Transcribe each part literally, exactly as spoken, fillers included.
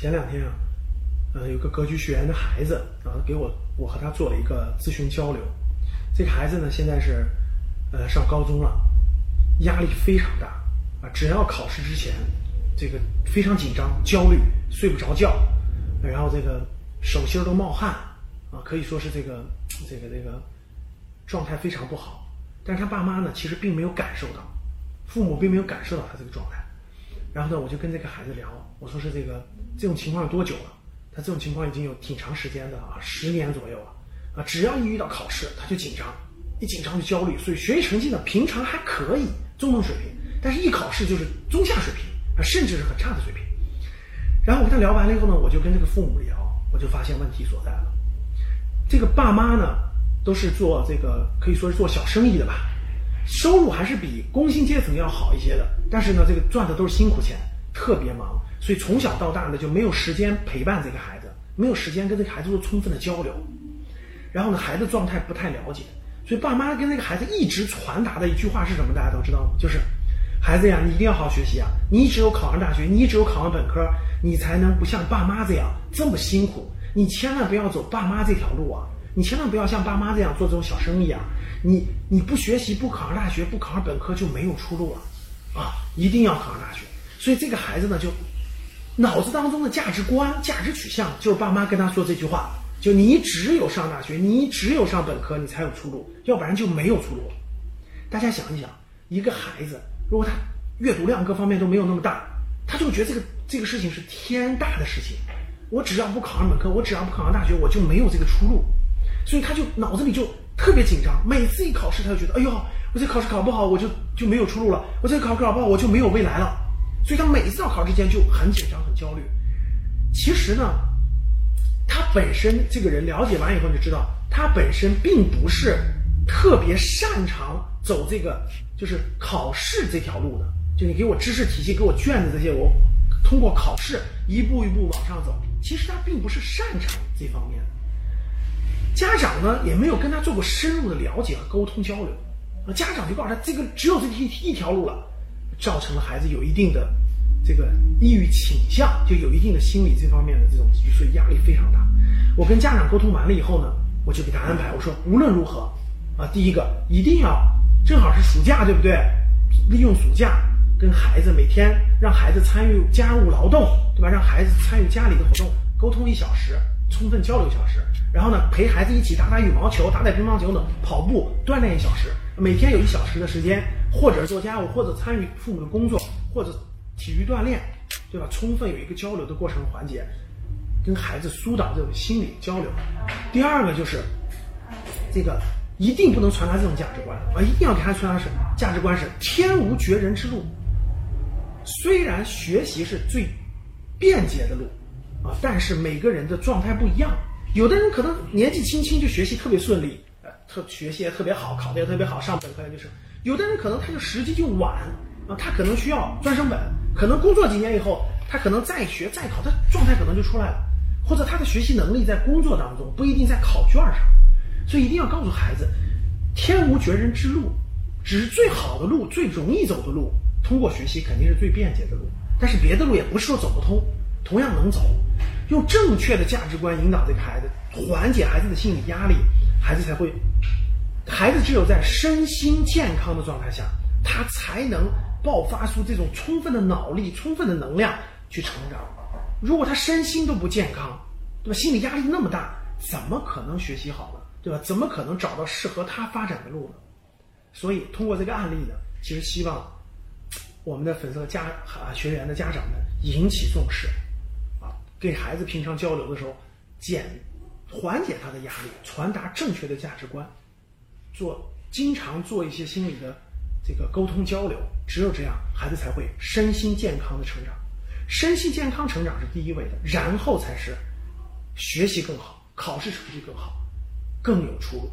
前两天啊，呃，有个格局学员的孩子啊，给我我和他做了一个咨询交流。这个孩子呢，现在是呃上高中了，压力非常大啊，只要考试之前，这个非常紧张、焦虑，睡不着觉，然后这个手心都冒汗啊，可以说是这个这个这个状态非常不好。但是他爸妈呢，其实并没有感受到，父母并没有感受到他这个状态。然后呢，我就跟这个孩子聊，我说是这个这种情况有多久了？他这种情况已经有挺长时间的啊，十年左右了啊。只要一遇到考试，他就紧张，一紧张就焦虑，所以学习成绩呢，平常还可以，中等水平，但是一考试就是中下水平啊，甚至是很差的水平。然后我跟他聊完了以后呢，我就跟这个父母聊，我就发现问题所在了。这个爸妈呢，都是做这个可以说是做小生意的吧，收入还是比工薪阶层要好一些的，但是呢，这个赚的都是辛苦钱，特别忙，所以从小到大呢就没有时间陪伴这个孩子，没有时间跟这个孩子做充分的交流。然后呢，孩子状态不太了解，所以爸妈跟这个孩子一直传达的一句话是什么？大家都知道吗？就是孩子呀，你一定要好好学习啊！你只有考上大学，你只有考上本科，你才能不像爸妈这样这么辛苦。你千万不要走爸妈这条路啊！你千万不要像爸妈这样做这种小生意啊！你你不学习，不考上大学，不考上本科就没有出路了啊！一定要考上大学。所以这个孩子呢，就脑子当中的价值观、价值取向，就是爸妈跟他说这句话，就你只有上大学，你只有上本科，你才有出路，要不然就没有出路。大家想一想，一个孩子如果他阅读量各方面都没有那么大，他就觉得这个这个事情是天大的事情。我只要不考上本科，我只要不考上大学，我就没有这个出路。所以他就脑子里就特别紧张，每次一考试他就觉得，哎呦，我这考试考不好，我就就没有出路了，我这考试考不好，我就没有未来了。所以他每次要考之前就很紧张很焦虑。其实呢，他本身这个人了解完以后你就知道，他本身并不是特别擅长走这个就是考试这条路的，就你给我知识体系，给我卷子这些，我通过考试一步一步往上走，其实他并不是擅长这方面的。家长呢也没有跟他做过深入的了解和沟通交流，家长就告诉他这个只有这一一条路了，造成了孩子有一定的这个抑郁倾向，就有一定的心理这方面的这种，所以压力非常大。我跟家长沟通完了以后呢，我就给他安排，我说无论如何啊，第一个一定要正好是暑假，对不对？利用暑假跟孩子每天让孩子参与家务劳动，对吧？让孩子参与家里的活动，沟通一小时，充分交流一小时，然后呢陪孩子一起打打羽毛球，打打乒乓球等，跑步锻炼一小时，每天有一小时的时间，或者做家务，或者参与父母的工作，或者体育锻炼，对吧？充分有一个交流的过程环节，跟孩子疏导这种心理交流。第二个就是这个一定不能传达这种价值观啊，一定要给他传达是价值观是天无绝人之路。虽然学习是最便捷的路啊，但是每个人的状态不一样。有的人可能年纪轻轻就学习特别顺利，呃，特学习也特别好，考得也特别好，上本科研究生。有的人可能他就时机就晚啊，他可能需要专升本，可能工作几年以后，他可能再学再考，他状态可能就出来了，或者他的学习能力在工作当中不一定在考卷上。所以一定要告诉孩子，天无绝人之路，只是最好的路，最容易走的路，通过学习肯定是最便捷的路，但是别的路也不是说走不通，同样能走。用正确的价值观引导这个孩子，缓解孩子的心理压力，孩子才会，孩子只有在身心健康的状态下，他才能爆发出这种充分的脑力、充分的能量去成长。如果他身心都不健康，对吧？心理压力那么大，怎么可能学习好呢？对吧？怎么可能找到适合他发展的路呢？所以通过这个案例呢，其实希望我们的粉丝家啊学员的家长们引起重视啊，给孩子平常交流的时候减缓解他的压力，传达正确的价值观，做经常做一些心理的这个沟通交流，只有这样孩子才会身心健康的成长。身心健康成长是第一位的，然后才是学习更好，考试成绩更好，更有出路。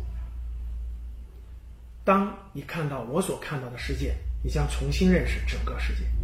当你看到我所看到的世界，你将重新认识整个世界。